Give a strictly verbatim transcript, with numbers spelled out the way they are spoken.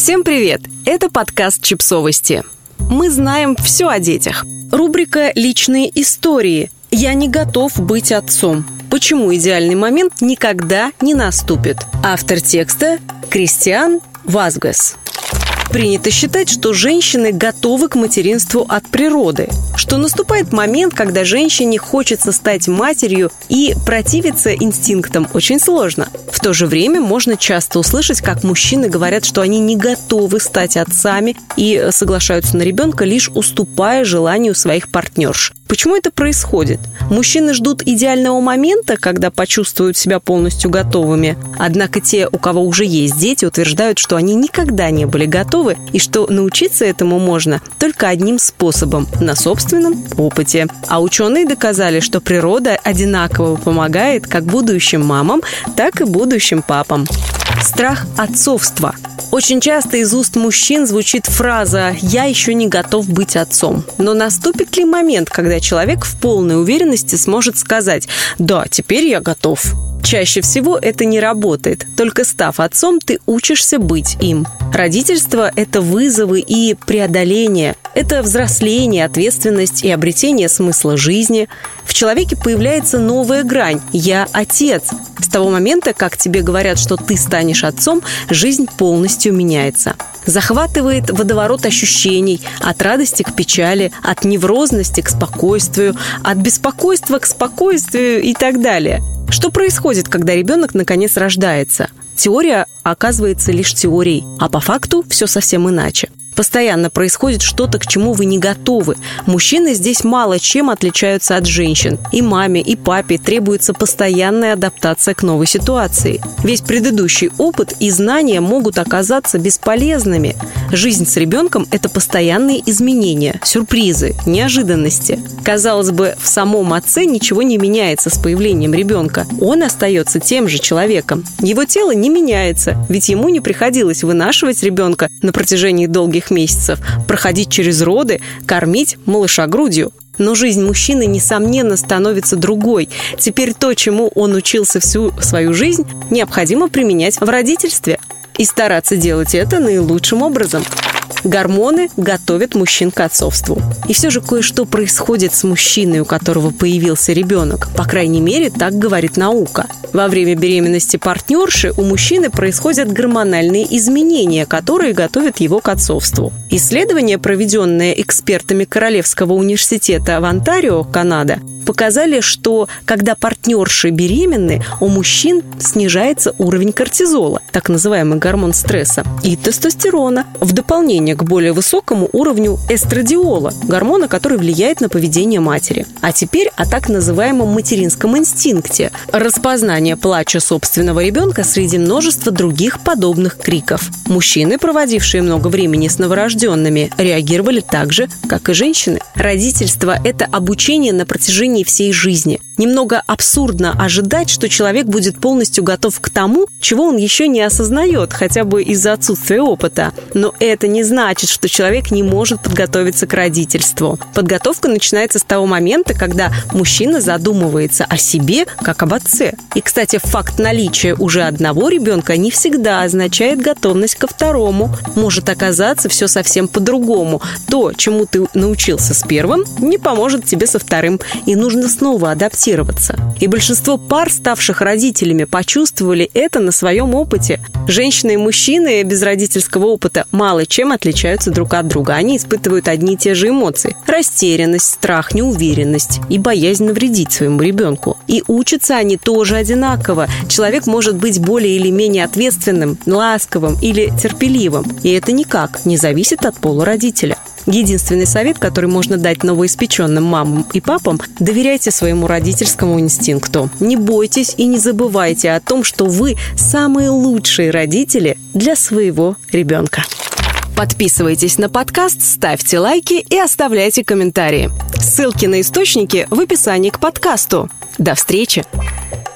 Всем привет! Это подкаст «Чипсовости». Мы знаем все о детях. Рубрика «Личные истории». «Я не готов быть отцом. Почему идеальный момент никогда не наступит?» Автор текста – Кристиан Вазгас. Принято считать, что женщины готовы к материнству от природы, что наступает момент, когда женщине хочется стать матерью, и противиться инстинктам очень сложно. В то же время можно часто услышать, как мужчины говорят, что они не готовы стать отцами и соглашаются на ребенка, лишь уступая желанию своих партнерш. Почему это происходит? Мужчины ждут идеального момента, когда почувствуют себя полностью готовыми. Однако те, у кого уже есть дети, утверждают, что они никогда не были готовы и что научиться этому можно только одним способом – на собственном опыте. А ученые доказали, что природа одинаково помогает как будущим мамам, так и будущим папам. Страх отцовства. Очень часто из уст мужчин звучит фраза «я еще не готов быть отцом». Но наступит ли момент, когда человек в полной уверенности сможет сказать «да, теперь я готов»? Чаще всего это не работает. Только став отцом, ты учишься быть им. Родительство – это вызовы и преодоление. Это взросление, ответственность и обретение смысла жизни. В человеке появляется новая грань – «я отец». С того момента, как тебе говорят, что ты станешь отцом, жизнь полностью меняется. Захватывает водоворот ощущений, от радости к печали, от неврозности к спокойствию, от беспокойства к спокойствию и так далее. Что происходит, когда ребенок наконец рождается? Теория оказывается лишь теорией, а по факту все совсем иначе. Постоянно происходит что-то, к чему вы не готовы. Мужчины здесь мало чем отличаются от женщин. И маме, и папе требуется постоянная адаптация к новой ситуации. Весь предыдущий опыт и знания могут оказаться бесполезными. Жизнь с ребенком – это постоянные изменения, сюрпризы, неожиданности. Казалось бы, в самом отце ничего не меняется с появлением ребенка. Он остается тем же человеком. Его тело не меняется, ведь ему не приходилось вынашивать ребенка на протяжении долгих месяцев, проходить через роды, кормить малыша грудью. Но жизнь мужчины, несомненно, становится другой. Теперь то, чему он учился всю свою жизнь, необходимо применять в родительстве. И стараться делать это наилучшим образом. Гормоны готовят мужчин к отцовству. И все же кое-что происходит с мужчиной, у которого появился ребенок. По крайней мере, так говорит наука. Во время беременности партнерши у мужчины происходят гормональные изменения, которые готовят его к отцовству. Исследования, проведенные экспертами Королевского университета в Онтарио, Канада, показали, что когда партнерши беременны, у мужчин снижается уровень кортизола, так называемый гормон стресса, и тестостерона, в дополнение к более высокому уровню эстрадиола, гормона, который влияет на поведение матери. А теперь о так называемом материнском инстинкте – распознание плача собственного ребенка среди множества других подобных криков. Мужчины, проводившие много времени с новорожденными, реагировали так же, как и женщины. Родительство – это обучение на протяжении всей жизни. Немного абсурдно ожидать, что человек будет полностью готов к тому, чего он еще не осознает, хотя бы из-за отсутствия опыта. Но это не значит, что человек не может подготовиться к родительству. Подготовка начинается с того момента, когда мужчина задумывается о себе как об отце. И, кстати, факт наличия уже одного ребенка не всегда означает готовность ко второму. Может оказаться все совсем по-другому. То, чему ты научился с первым, не поможет тебе со вторым. И нужно снова адаптироваться. И большинство пар, ставших родителями, почувствовали это на своем опыте. Женщины и мужчины без родительского опыта мало чем отличаются друг от друга. Они испытывают одни и те же эмоции. Растерянность, страх, неуверенность и боязнь навредить своему ребенку. И учатся они тоже одинаково. Человек может быть более или менее ответственным, ласковым или терпеливым. И это никак не зависит от пола родителя. Единственный совет, который можно дать новоиспеченным мамам и папам – доверяйте своему родительскому инстинкту. Не бойтесь и не забывайте о том, что вы самые лучшие родители для своего ребенка. Подписывайтесь на подкаст, ставьте лайки и оставляйте комментарии. Ссылки на источники в описании к подкасту. До встречи!